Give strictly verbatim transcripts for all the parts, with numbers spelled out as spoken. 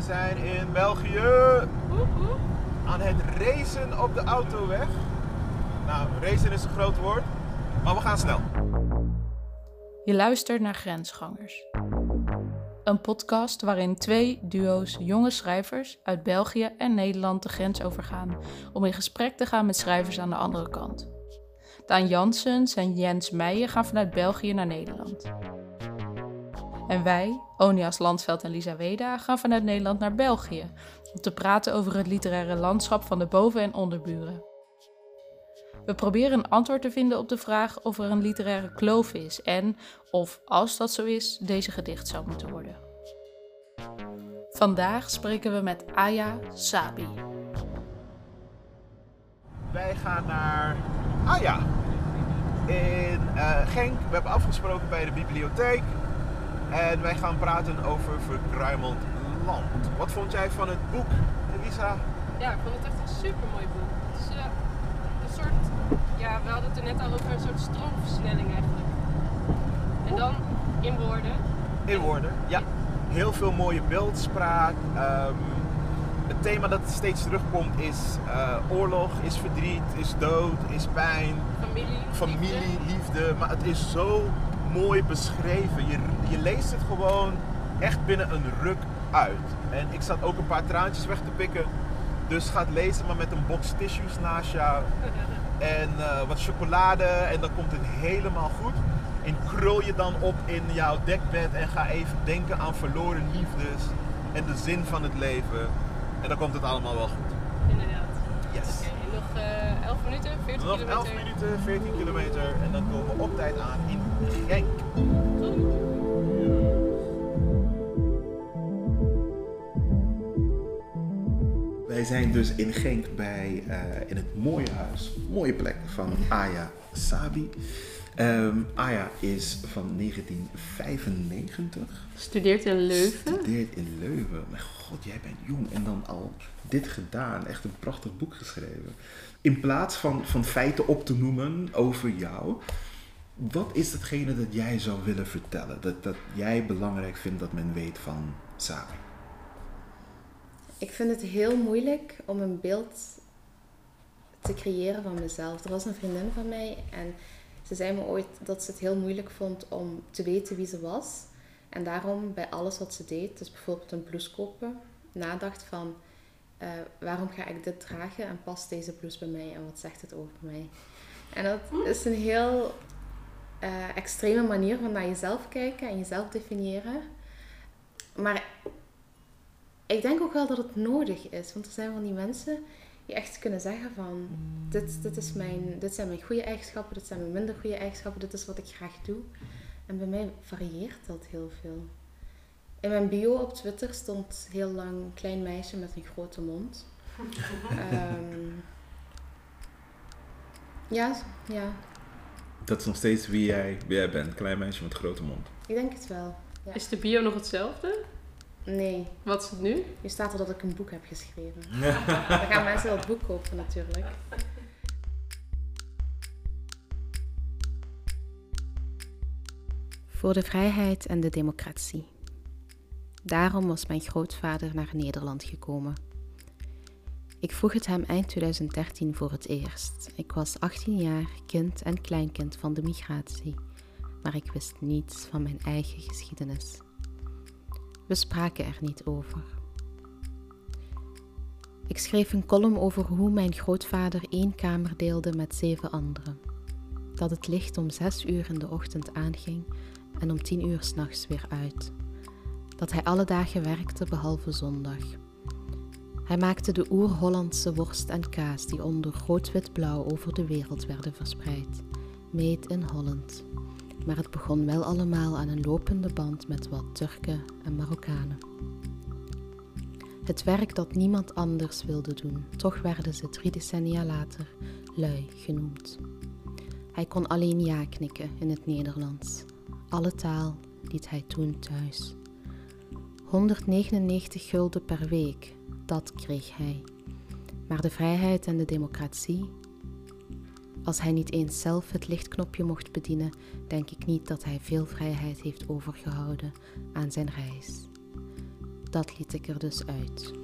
zijn in België aan het racen op de autoweg. Nou, racen is een groot woord, maar we gaan snel. Je luistert naar Grensgangers. Een podcast waarin twee duo's jonge schrijvers uit België en Nederland de grens overgaan om in gesprek te gaan met schrijvers aan de andere kant. Daan Janssens en Jens Meijer gaan vanuit België naar Nederland. En wij, Onias Landsveld en Lisa Weda, gaan vanuit Nederland naar België om te praten over het literaire landschap van de boven- en onderburen. We proberen een antwoord te vinden op de vraag of er een literaire kloof is en, of als dat zo is, deze gedicht zou moeten worden. Vandaag spreken we met Aya Sabi. Wij gaan naar Aya in uh, Genk. We hebben afgesproken bij de bibliotheek. En wij gaan praten over Verkruimeld Land. Wat vond jij van het boek, Elisa? Ja, ik vond het echt een supermooi boek. Het is uh, een soort, ja, we hadden het er net al over, een soort stroomversnelling eigenlijk. En dan in woorden. In woorden, ja. Heel veel mooie beeldspraak. Um, het thema dat steeds terugkomt is uh, oorlog, is verdriet, is dood, is pijn. Familie, Familie, liefde. liefde. Maar het is zo mooi beschreven. Je, je leest het gewoon echt binnen een ruk uit. En ik zat ook een paar traantjes weg te pikken. Dus ga het lezen, maar met een box tissues naast jou. En uh, wat chocolade. En dan komt het helemaal goed. En krul je dan op in jouw dekbed. En ga even denken aan verloren liefdes. En de zin van het leven. En dan komt het allemaal wel goed. Inderdaad. Yes. Oké, okay, nog uh, elf minuten, veertien nog kilometer. elf minuten, veertien kilometer. En dan komen we op tijd aan in Genk. Wij zijn dus in Genk bij, uh, in het mooie huis, mooie plek van Aya Sabi. Um, Aya is van negentien vijfennegentig. Studeert in Leuven. Studeert in Leuven. Mijn god, jij bent jong en dan al dit gedaan. Echt een prachtig boek geschreven. In plaats van, van feiten op te noemen over jou, wat is hetgene dat jij zou willen vertellen? Dat, dat jij belangrijk vindt dat men weet van Sabi? Ik vind het heel moeilijk om een beeld te creëren van mezelf. Er was een vriendin van mij en ze zei me ooit dat ze het heel moeilijk vond om te weten wie ze was. En daarom bij alles wat ze deed, dus bijvoorbeeld een blouse kopen, nadacht van uh, waarom ga ik dit dragen en past deze blouse bij mij en wat zegt het over mij? En dat is een heel uh, extreme manier van naar jezelf kijken en jezelf definiëren. Maar ik denk ook wel dat het nodig is, want er zijn van die mensen die echt kunnen zeggen van dit, dit, is mijn, dit zijn mijn goede eigenschappen, dit zijn mijn minder goede eigenschappen, dit is wat ik graag doe. En bij mij varieert dat heel veel. In mijn bio op Twitter stond heel lang een klein meisje met een grote mond. um, ja, ja. Dat is nog steeds wie jij, wie jij bent, klein meisje met een grote mond. Ik denk het wel. Ja. Is de bio nog hetzelfde? Nee. Wat is het nu? Hier staat er dat ik een boek heb geschreven. Dan gaan mensen dat boek kopen natuurlijk. Voor de vrijheid en de democratie. Daarom was mijn grootvader naar Nederland gekomen. Ik vroeg het hem eind twintig dertien voor het eerst. Ik was achttien jaar, kind en kleinkind van de migratie, maar ik wist niets van mijn eigen geschiedenis. We spraken er niet over. Ik schreef een column over hoe mijn grootvader één kamer deelde met zeven anderen. Dat het licht om zes uur in de ochtend aanging en om tien uur 's nachts weer uit. Dat hij alle dagen werkte behalve zondag. Hij maakte de oer-Hollandse worst en kaas die onder rood-wit-blauw over de wereld werden verspreid. Made in Holland. Maar het begon wel allemaal aan een lopende band met wat Turken en Marokkanen. Het werk dat niemand anders wilde doen, toch werden ze drie decennia later lui genoemd. Hij kon alleen ja knikken in het Nederlands. Alle taal liet hij toen thuis. honderdnegenennegentig gulden per week, dat kreeg hij. Maar de vrijheid en de democratie? Als hij niet eens zelf het lichtknopje mocht bedienen, denk ik niet dat hij veel vrijheid heeft overgehouden aan zijn reis. ook dat liet ik er dus uit.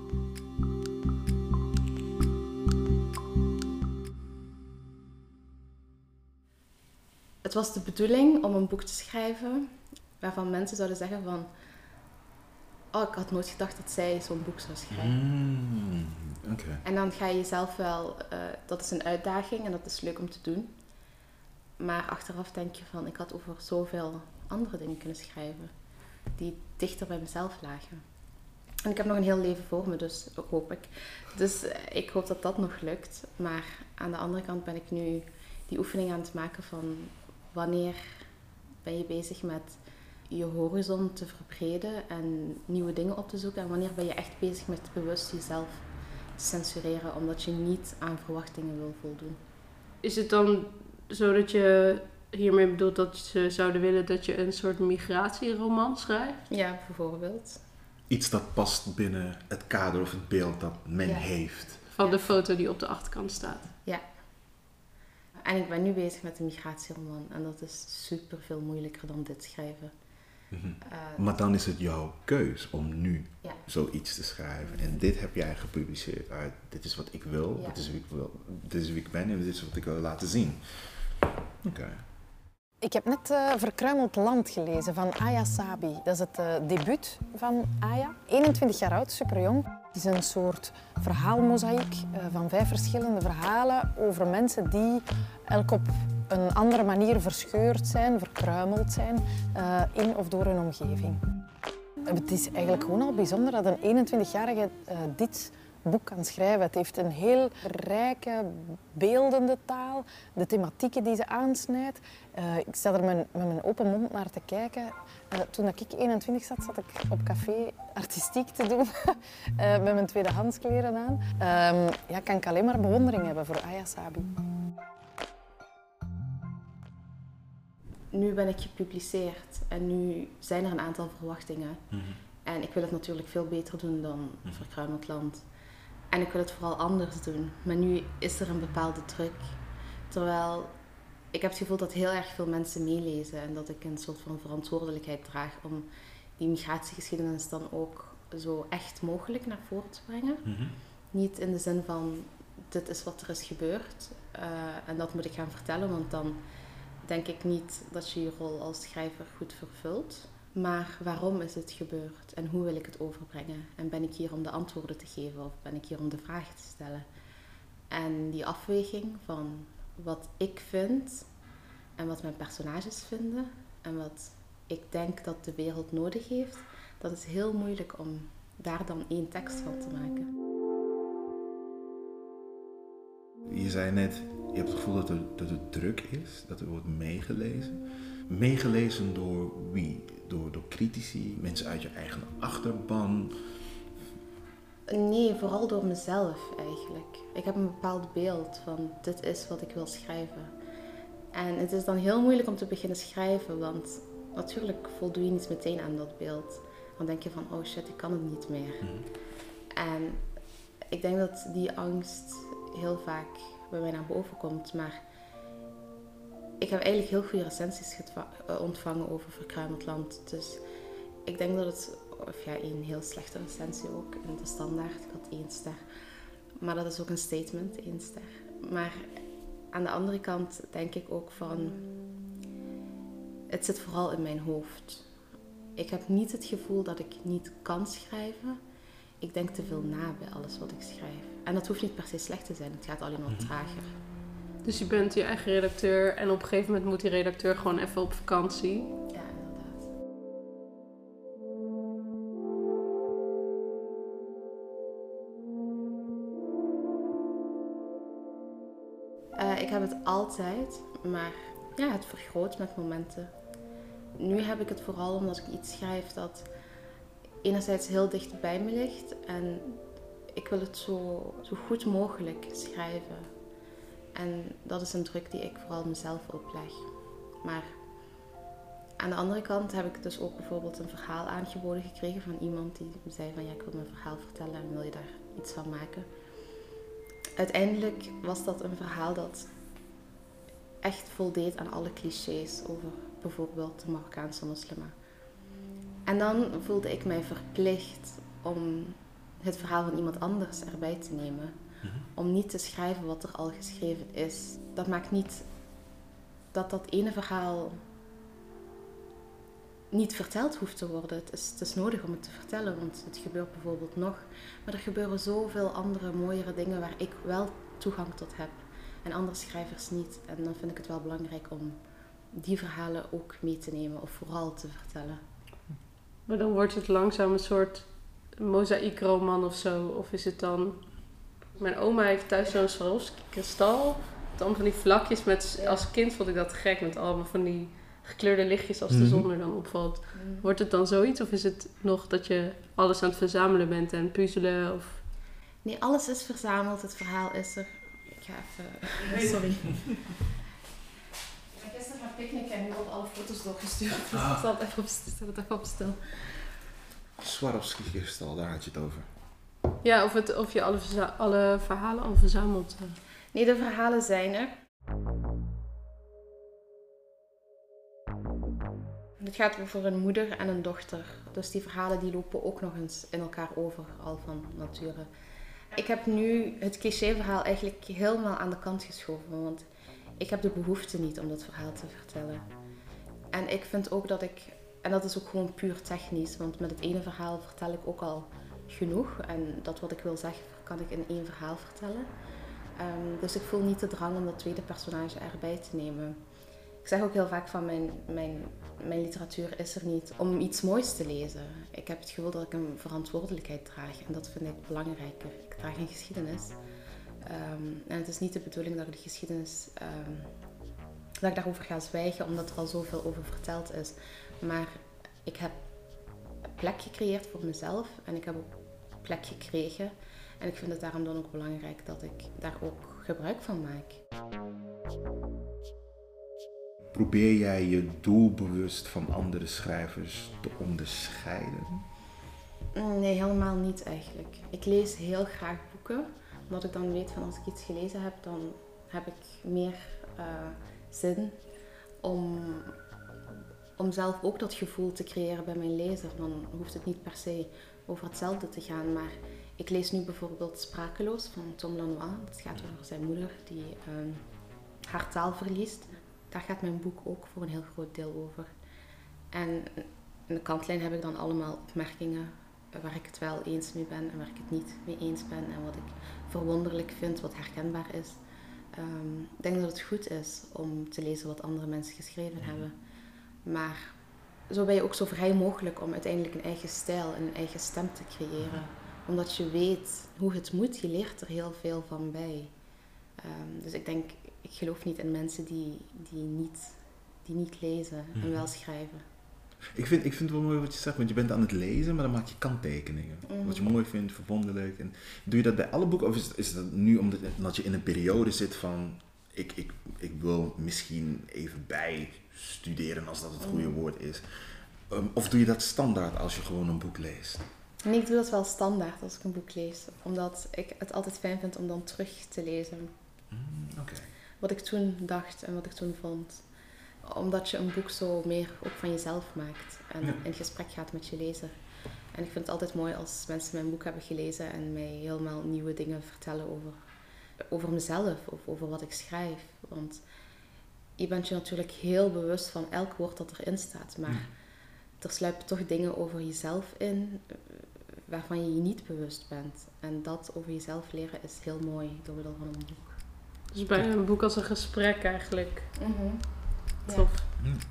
Het was de bedoeling om een boek te schrijven waarvan mensen zouden zeggen van... Oh, ik had nooit gedacht dat zij zo'n boek zou schrijven. Mm, okay. En dan ga je jezelf wel... Uh, dat is een uitdaging en dat is leuk om te doen. Maar achteraf denk je van... Ik had over zoveel andere dingen kunnen schrijven. Die dichter bij mezelf lagen. En ik heb nog een heel leven voor me, dus hoop ik. Dus uh, ik hoop dat dat nog lukt. Maar aan de andere kant ben ik nu die oefening aan het maken van... Wanneer ben je bezig met je horizon te verbreden en nieuwe dingen op te zoeken? En wanneer ben je echt bezig met bewust jezelf te censureren omdat je niet aan verwachtingen wil voldoen? Is het dan zo dat je hiermee bedoelt dat ze zouden willen dat je een soort migratieroman schrijft? Ja, bijvoorbeeld. Iets dat past binnen het kader of het beeld dat men ja. heeft. Van ja. de foto die op de achterkant staat. Ja. En ik ben nu bezig met een migratieroman. En dat is super veel moeilijker dan dit schrijven. Mm-hmm. Uh, maar dan is het jouw keus om nu ja. zoiets te schrijven. En dit heb jij gepubliceerd uit, dit is wat ik wil, Ja. dit is wie ik wil, dit is wie ik ben en dit is wat ik wil laten zien. Oké. Okay. Ik heb net uh, Verkruimeld Land gelezen van Aya Sabi. Dat is het uh, debuut van Aya. eenentwintig jaar oud, superjong. Het is een soort verhaalmozaïek uh, van vijf verschillende verhalen over mensen die elk op een andere manier verscheurd zijn, verkruimeld zijn, uh, in of door hun omgeving. Het is eigenlijk gewoon al bijzonder dat een eenentwintigjarige uh, dit boek kan schrijven. Het heeft een heel rijke, beeldende taal, de thematieken die ze aansnijdt. Uh, ik sta er met, met mijn open mond naar te kijken. Uh, toen ik eenentwintig zat, zat ik op café artistiek te doen, uh, met mijn tweedehandskleren aan. Uh, ja, kan ik alleen maar bewondering hebben voor Aya Sabi. Nu ben ik gepubliceerd en nu zijn er een aantal verwachtingen. Mm-hmm. En ik wil het natuurlijk veel beter doen dan mm-hmm. Verkruimeld Land. En ik wil het vooral anders doen. Maar nu is er een bepaalde druk. Terwijl ik heb het gevoel dat heel erg veel mensen meelezen. En dat ik een soort van verantwoordelijkheid draag om die migratiegeschiedenis dan ook zo echt mogelijk naar voren te brengen. Mm-hmm. Niet in de zin van, dit is wat er is gebeurd. Uh, en dat moet ik gaan vertellen, want dan denk ik niet dat je je rol als schrijver goed vervult. Maar waarom is het gebeurd en hoe wil ik het overbrengen? En ben ik hier om de antwoorden te geven of ben ik hier om de vragen te stellen? En die afweging van wat ik vind en wat mijn personages vinden en wat ik denk dat de wereld nodig heeft, dat is heel moeilijk om daar dan één tekst van te maken. Je zei net, je hebt het gevoel dat, er, dat het druk is, dat er wordt meegelezen. Meegelezen door wie? Door, door critici, mensen uit je eigen achterban? Nee, vooral door mezelf eigenlijk. Ik heb een bepaald beeld van dit is wat ik wil schrijven. En het is dan heel moeilijk om te beginnen schrijven, want natuurlijk voldoe je niet meteen aan dat beeld. Dan denk je van, oh shit, ik kan het niet meer. Mm-hmm. En ik denk dat die angst heel vaak bij mij naar boven komt, maar ik heb eigenlijk heel goede recensies getwa- ontvangen over Verkruimeld Land. Dus ik denk dat het, of ja, één heel slechte recensie ook in de Standaard. Ik had één ster. Maar dat is ook een statement, één ster. Maar aan de andere kant denk ik ook van, het zit vooral in mijn hoofd. Ik heb niet het gevoel dat ik niet kan schrijven. Ik denk te veel na bij alles wat ik schrijf. En dat hoeft niet per se slecht te zijn. Het gaat alleen maar trager. Dus je bent je eigen redacteur en op een gegeven moment moet die redacteur gewoon even op vakantie. Ja, inderdaad. Uh, ik heb het altijd, maar ja, het vergroot met momenten. Nu heb ik het vooral omdat ik iets schrijf dat enerzijds heel dicht bij me ligt en ik wil het zo, zo goed mogelijk schrijven. En dat is een druk die ik vooral mezelf opleg. Maar aan de andere kant heb ik dus ook bijvoorbeeld een verhaal aangeboden gekregen van iemand die zei van ja, ik wil mijn verhaal vertellen en wil je daar iets van maken. Uiteindelijk was dat een verhaal dat echt voldeed aan alle clichés over bijvoorbeeld de Marokkaanse moslima. En dan voelde ik mij verplicht om het verhaal van iemand anders erbij te nemen. Mm-hmm. Om niet te schrijven wat er al geschreven is. Dat maakt niet dat dat ene verhaal niet verteld hoeft te worden. Het is, het is nodig om het te vertellen, want het gebeurt bijvoorbeeld nog. Maar er gebeuren zoveel andere, mooiere dingen waar ik wel toegang tot heb. En andere schrijvers niet. En dan vind ik het wel belangrijk om die verhalen ook mee te nemen of vooral te vertellen. Maar dan wordt het langzaam een soort mozaïekroman of zo. Of is het dan... Mijn oma heeft thuis zo'n Swarovski kristal. Dan van die vlakjes met... Ja. Als kind vond ik dat gek met allemaal van die gekleurde lichtjes als de Mm-hmm. zon er dan opvalt. Mm. Wordt het dan zoiets? Of is het nog dat je alles aan het verzamelen bent en puzzelen? Of... Nee, alles is verzameld. Het verhaal is er. Ik ga even... Sorry. Ik ben gisteren gaan picknicken en nu worden alle foto's doorgestuurd. Dus Ah. ik zal het even op, stel het even op stil. Swarovski kristal, daar had je het over. Ja, of, het, of je alle, verza- alle verhalen al verzameld. uh. Nee, de verhalen zijn er. Het gaat over een moeder en een dochter. Dus die verhalen die lopen ook nog eens in elkaar over, al van nature. Ik heb nu het clichéverhaal eigenlijk helemaal aan de kant geschoven. Want ik heb de behoefte niet om dat verhaal te vertellen. En ik vind ook dat ik... En dat is ook gewoon puur technisch. Want met het ene verhaal vertel ik ook al genoeg. En dat wat ik wil zeggen, kan ik in één verhaal vertellen. Um, dus ik voel niet de drang om dat tweede personage erbij te nemen. Ik zeg ook heel vaak van mijn, mijn, mijn literatuur is er niet om iets moois te lezen. Ik heb het gevoel dat ik een verantwoordelijkheid draag en dat vind ik belangrijker. Ik draag een geschiedenis. Um, en het is niet de bedoeling dat ik de geschiedenis, um, dat ik daarover ga zwijgen omdat er al zoveel over verteld is. Maar ik heb plek gecreëerd voor mezelf en ik heb ook plek gekregen. En ik vind het daarom dan ook belangrijk dat ik daar ook gebruik van maak. Probeer jij je doelbewust van andere schrijvers te onderscheiden? Nee, helemaal niet eigenlijk. Ik lees heel graag boeken, omdat ik dan weet van als ik iets gelezen heb, dan heb ik meer uh, zin om, om zelf ook dat gevoel te creëren bij mijn lezer. Dan hoeft het niet per se over hetzelfde te gaan, maar ik lees nu bijvoorbeeld Sprakeloos van Tom Lanois. Dat gaat over zijn moeder die uh, haar taal verliest. Daar gaat mijn boek ook voor een heel groot deel over. En in de kantlijn heb ik dan allemaal opmerkingen waar ik het wel eens mee ben en waar ik het niet mee eens ben. En wat ik verwonderlijk vind, wat herkenbaar is. Um, ik denk dat het goed is om te lezen wat andere mensen geschreven hebben. Maar zo ben je ook zo vrij mogelijk om uiteindelijk een eigen stijl en een eigen stem te creëren. Omdat je weet hoe het moet, je leert er heel veel van bij. Um, dus ik denk, ik geloof niet in mensen die, die, niet, die niet lezen en wel schrijven. Ik vind, ik vind het wel mooi wat je zegt, want je bent aan het lezen, maar dan maak je kanttekeningen. Mm-hmm. Wat je mooi vindt, verwonderlijk. En doe je dat bij alle boeken of is, is dat nu omdat, omdat je in een periode zit van... Ik, ik, ik wil misschien even bijstuderen als dat het goede mm. woord is. Um, of doe je dat standaard als je gewoon een boek leest? Nee, ik doe dat wel standaard als ik een boek lees. Omdat ik het altijd fijn vind om dan terug te lezen. Mm, okay. Wat ik toen dacht en wat ik toen vond. Omdat je een boek zo meer ook van jezelf maakt. En ja. in gesprek gaat met je lezer. En ik vind het altijd mooi als mensen mijn boek hebben gelezen en mij helemaal nieuwe dingen vertellen over, over mezelf of over wat ik schrijf. Want je bent je natuurlijk heel bewust van elk woord dat erin staat. Maar ja. er sluipen toch dingen over jezelf in waarvan je je niet bewust bent. En dat over jezelf leren is heel mooi door middel van een boek. Dus bijna een boek als een gesprek eigenlijk. Mm-hmm. Tof. Ja. Mm.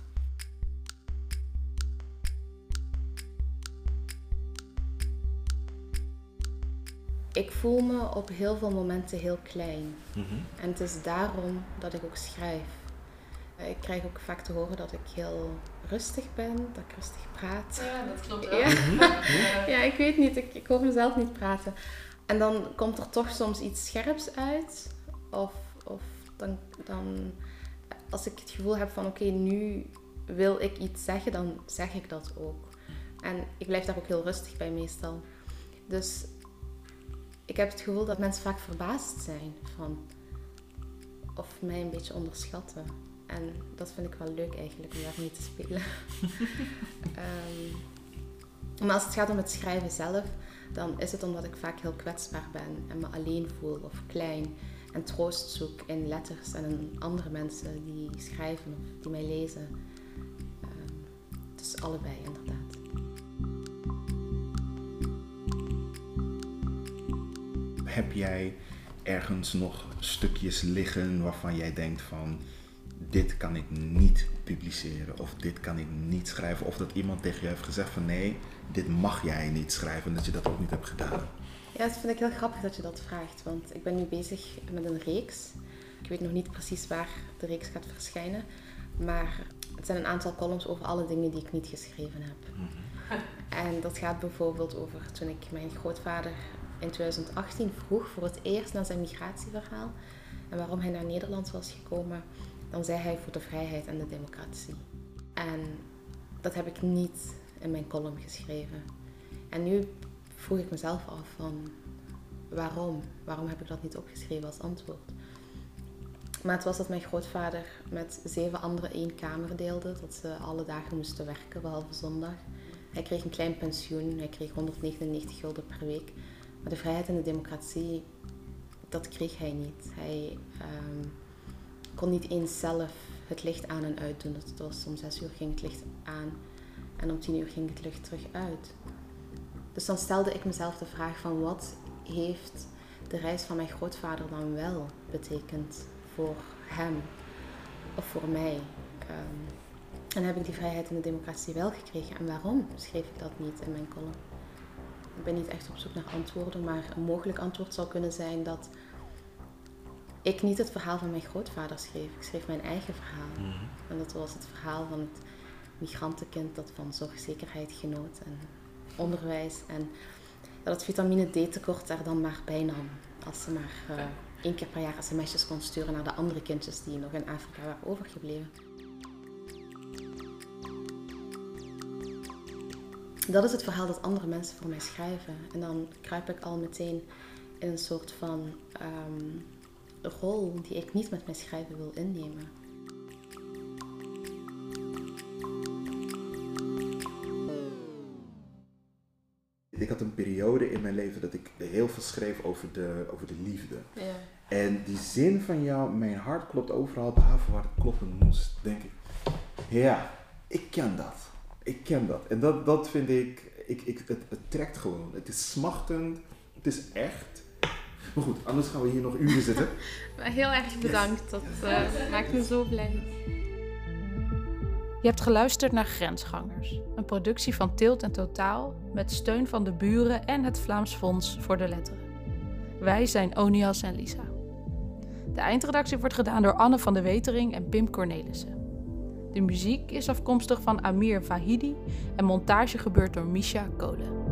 Ik voel me op heel veel momenten heel klein. Mm-hmm. En het is daarom dat ik ook schrijf. Ik krijg ook vaak te horen dat ik heel rustig ben, dat ik rustig praat. Ja, dat klopt ook. Ja, ja ik weet niet, ik, ik hoor mezelf niet praten. En dan komt er toch soms iets scherps uit. Of, of dan, dan, als ik het gevoel heb van oké, okay, nu wil ik iets zeggen, dan zeg ik dat ook. En ik blijf daar ook heel rustig bij meestal. Dus ik heb het gevoel dat mensen vaak verbaasd zijn van, of mij een beetje onderschatten. En dat vind ik wel leuk eigenlijk, om daarmee te spelen. um, maar als het gaat om het schrijven zelf, dan is het omdat ik vaak heel kwetsbaar ben en me alleen voel of klein. En troost zoek in letters en in andere mensen die schrijven of die mij lezen. Um, dus allebei inderdaad. Heb jij ergens nog stukjes liggen waarvan jij denkt van dit kan ik niet publiceren of dit kan ik niet schrijven, of dat iemand tegen je heeft gezegd van nee, dit mag jij niet schrijven en dat je dat ook niet hebt gedaan? Ja, dat vind ik heel grappig dat je dat vraagt, want ik ben nu bezig met een reeks. Ik weet nog niet precies waar de reeks gaat verschijnen, maar het zijn een aantal columns over alle dingen die ik niet geschreven heb. Mm-hmm. En dat gaat bijvoorbeeld over toen ik mijn grootvader in twintig achttien vroeg voor het eerst naar zijn migratieverhaal en waarom hij naar Nederland was gekomen, dan zei hij voor de vrijheid en de democratie. En dat heb ik niet in mijn column geschreven. En nu vroeg ik mezelf af van waarom? Waarom heb ik dat niet opgeschreven als antwoord? Maar het was dat mijn grootvader met zeven anderen één kamer deelde, dat ze alle dagen moesten werken, behalve zondag. Hij kreeg een klein pensioen, hij kreeg honderdnegenennegentig gulden per week. Maar de vrijheid en de democratie, dat kreeg hij niet. Hij um, kon niet eens zelf het licht aan en uit doen. Het was om zes uur ging het licht aan en om tien uur ging het licht terug uit. Dus dan stelde ik mezelf de vraag van wat heeft de reis van mijn grootvader dan wel betekend voor hem of voor mij? Um, en heb ik die vrijheid en de democratie wel gekregen? En waarom schreef ik dat niet in mijn column? Ik ben niet echt op zoek naar antwoorden, maar een mogelijk antwoord zou kunnen zijn dat ik niet het verhaal van mijn grootvader schreef. Ik schreef mijn eigen verhaal. Mm-hmm. En dat was het verhaal van het migrantenkind dat van zorgzekerheid genoot en onderwijs. En dat het vitamine D tekort daar dan maar bij nam. Als ze maar uh, één keer per jaar sms'jes kon sturen naar de andere kindjes die nog in Afrika waren overgebleven. Dat is het verhaal dat andere mensen voor mij schrijven. En dan kruip ik al meteen in een soort van um, rol die ik niet met mijn schrijven wil innemen. Ik had een periode in mijn leven dat ik heel veel schreef over de, over de liefde. Ja. En die zin van jou, mijn hart klopt overal behalve waar het kloppen moest, denk ik. Ja, ik ken dat. Ik ken dat. En dat, dat vind ik, ik, ik het, het trekt gewoon. Het is smachtend, het is echt. Maar goed, anders gaan we hier nog uren zitten. Heel erg bedankt, dat uh, maakt me zo blij. Je hebt geluisterd naar Grensgangers, een productie van Tilt en Totaal met steun van de buren en het Vlaams Fonds voor de Letteren. Wij zijn Onias en Lisa. De eindredactie wordt gedaan door Anne van de Wetering en Pim Cornelissen. De muziek is afkomstig van Amir Vahidi en montage gebeurt door Misha Kole.